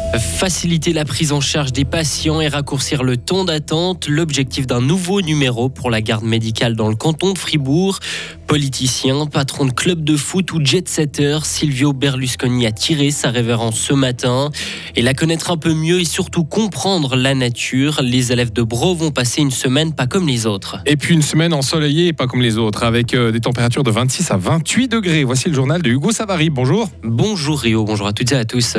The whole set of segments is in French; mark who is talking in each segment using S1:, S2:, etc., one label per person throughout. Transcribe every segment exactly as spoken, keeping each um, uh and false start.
S1: Faciliter la prise en charge des patients et raccourcir le temps d'attente, l'objectif d'un nouveau numéro pour la garde médicale dans le canton de Fribourg. Politicien, patron de club de foot ou jet-setter, Silvio Berlusconi a tiré sa révérence ce matin. Et la connaître un peu mieux et surtout comprendre la nature, les élèves de Bro vont passer une semaine pas comme les autres.
S2: Et puis une semaine ensoleillée et pas comme les autres, avec euh, des températures de vingt-six à vingt-huit degrés. Voici le journal de Hugo Savary. Bonjour.
S1: Bonjour Rio, bonjour à toutes et à tous.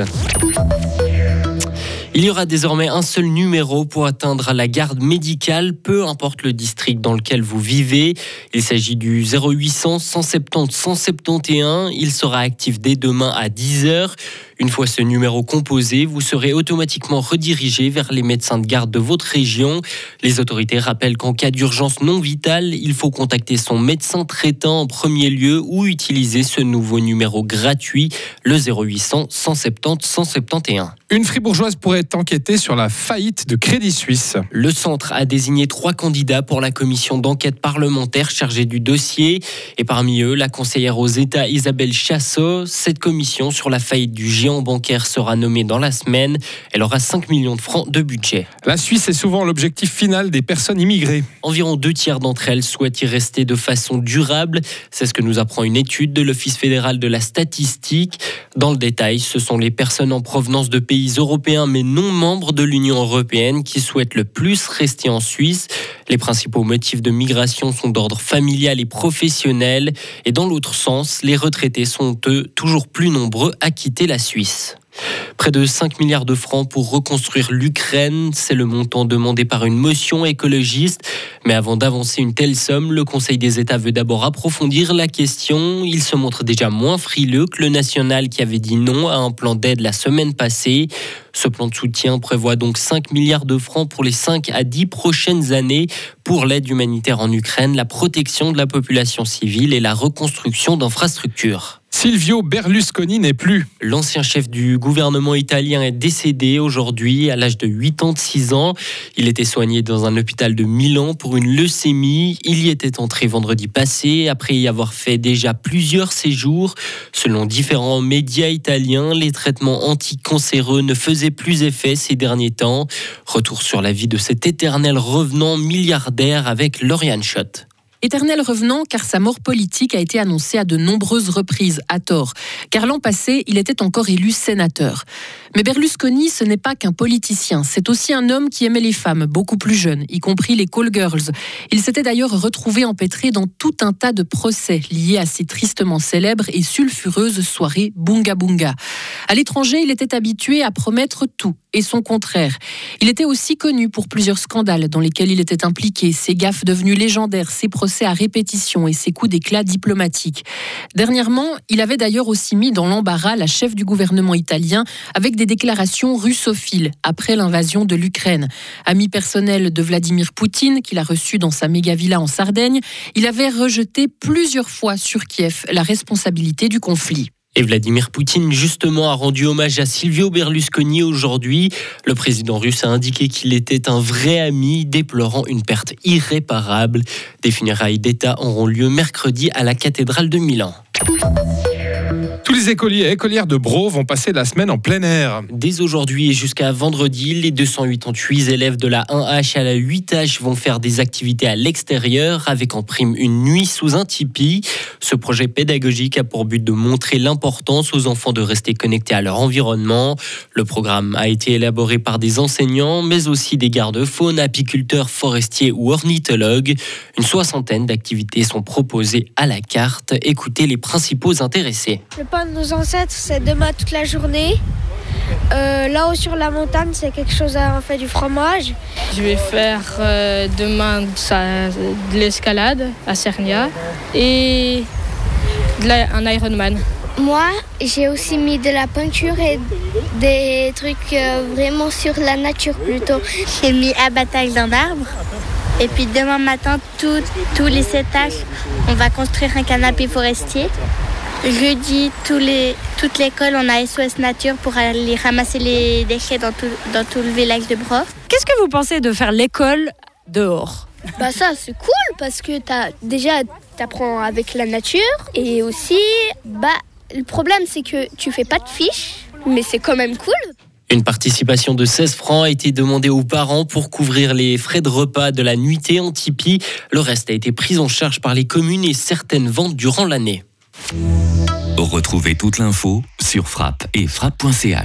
S1: Il y aura désormais un seul numéro pour atteindre la garde médicale, peu importe le district dans lequel vous vivez. Il s'agit du zéro huit cents, cent soixante-dix, cent soixante et un. Il sera actif dès demain à dix heures. Une fois ce numéro composé, vous serez automatiquement redirigé vers les médecins de garde de votre région. Les autorités rappellent qu'en cas d'urgence non vitale, il faut contacter son médecin traitant en premier lieu ou utiliser ce nouveau numéro gratuit, le zéro huit cents, cent soixante-dix, cent soixante et un.
S2: Une fribourgeoise pourrait enquêter sur la faillite de Crédit Suisse.
S1: Le centre a désigné trois candidats pour la commission d'enquête parlementaire chargée du dossier. Et parmi eux, la conseillère aux États Isabelle Chassot. Cette commission sur la faillite du géant bancaire sera nommée dans la semaine. Elle aura cinq millions de francs de budget.
S2: La Suisse est souvent l'objectif final des personnes immigrées.
S1: Environ deux tiers d'entre elles souhaitent y rester de façon durable. C'est ce que nous apprend une étude de l'Office fédéral de la statistique. Dans le détail, ce sont les personnes en provenance de pays européens mais non membres de l'Union européenne qui souhaitent le plus rester en Suisse. Les principaux motifs de migration sont d'ordre familial et professionnel. Et dans l'autre sens, les retraités sont eux toujours plus nombreux à quitter la Suisse. Près de cinq milliards de francs pour reconstruire l'Ukraine, c'est le montant demandé par une motion écologiste. Mais avant d'avancer une telle somme, le Conseil des États veut d'abord approfondir la question. Il se montre déjà moins frileux que le national qui avait dit non à un plan d'aide la semaine passée. Ce plan de soutien prévoit donc cinq milliards de francs pour les cinq à dix prochaines années pour l'aide humanitaire en Ukraine, la protection de la population civile et la reconstruction d'infrastructures.
S2: Silvio Berlusconi n'est plus.
S1: L'ancien chef du gouvernement italien est décédé aujourd'hui à l'âge de quatre-vingt-six ans. Il était soigné dans un hôpital de Milan pour une leucémie. Il y était entré vendredi passé après y avoir fait déjà plusieurs séjours. Selon différents médias italiens, les traitements anticancéreux ne faisaient plus effet ces derniers temps. Retour sur la vie de cet éternel revenant milliardaire avec Lauriane Schott.
S3: Éternel revenant car sa mort politique a été annoncée à de nombreuses reprises, à tort. Car l'an passé, il était encore élu sénateur. Mais Berlusconi, ce n'est pas qu'un politicien. C'est aussi un homme qui aimait les femmes, beaucoup plus jeunes, y compris les call girls. Il s'était d'ailleurs retrouvé empêtré dans tout un tas de procès liés à ces tristement célèbres et sulfureuses soirées Bunga Bunga. À l'étranger, il était habitué à promettre tout et son contraire. Il était aussi connu pour plusieurs scandales dans lesquels il était impliqué, ses gaffes devenues légendaires, ses procès à répétition et ses coups d'éclat diplomatiques. Dernièrement, il avait d'ailleurs aussi mis dans l'embarras la chef du gouvernement italien avec des déclarations russophiles après l'invasion de l'Ukraine. Ami personnel de Vladimir Poutine, qu'il a reçu dans sa méga villa en Sardaigne, il avait rejeté plusieurs fois sur Kiev la responsabilité du conflit.
S1: Et Vladimir Poutine, justement, a rendu hommage à Silvio Berlusconi aujourd'hui. Le président russe a indiqué qu'il était un vrai ami, déplorant une perte irréparable. Des funérailles d'État auront lieu mercredi à la cathédrale de Milan.
S2: Tous les écoliers et écolières de Bro vont passer la semaine en plein air.
S1: Dès aujourd'hui et jusqu'à vendredi, les deux cent quatre-vingt-huit élèves de la un H à la huit H vont faire des activités à l'extérieur avec en prime une nuit sous un tipi. Ce projet pédagogique a pour but de montrer l'importance aux enfants de rester connectés à leur environnement. Le programme a été élaboré par des enseignants, mais aussi des gardes-faunes, apiculteurs, forestiers ou ornithologues. Une soixantaine d'activités sont proposées à la carte. Écoutez les principaux intéressés.
S4: Le pain de nos ancêtres, c'est demain toute la journée. Euh, là-haut sur la montagne, c'est quelque chose à on fait du fromage.
S5: Je vais faire euh, demain ça, de l'escalade à Cernia et de la, un Ironman.
S6: Moi, j'ai aussi mis de la peinture et des trucs euh, vraiment sur la nature plutôt.
S7: J'ai mis abattage d'un arbre. Et puis demain matin, tout, tous les étages, on va construire un canapé forestier. Jeudi, tous les, toute l'école, on a S O S Nature pour aller ramasser les déchets dans tout, dans tout le village de Bro.
S8: Qu'est-ce que vous pensez de faire l'école dehors ?
S4: Bah ça, c'est cool parce que t'as, déjà, t'apprends avec la nature. Et aussi, bah, le problème, c'est que tu fais pas de fiches, mais c'est quand même cool.
S1: Une participation de seize francs a été demandée aux parents pour couvrir les frais de repas de la nuitée en Tipeee. Le reste a été pris en charge par les communes et certaines ventes durant l'année.
S9: Retrouvez toute l'info sur frappe et frappe point c h.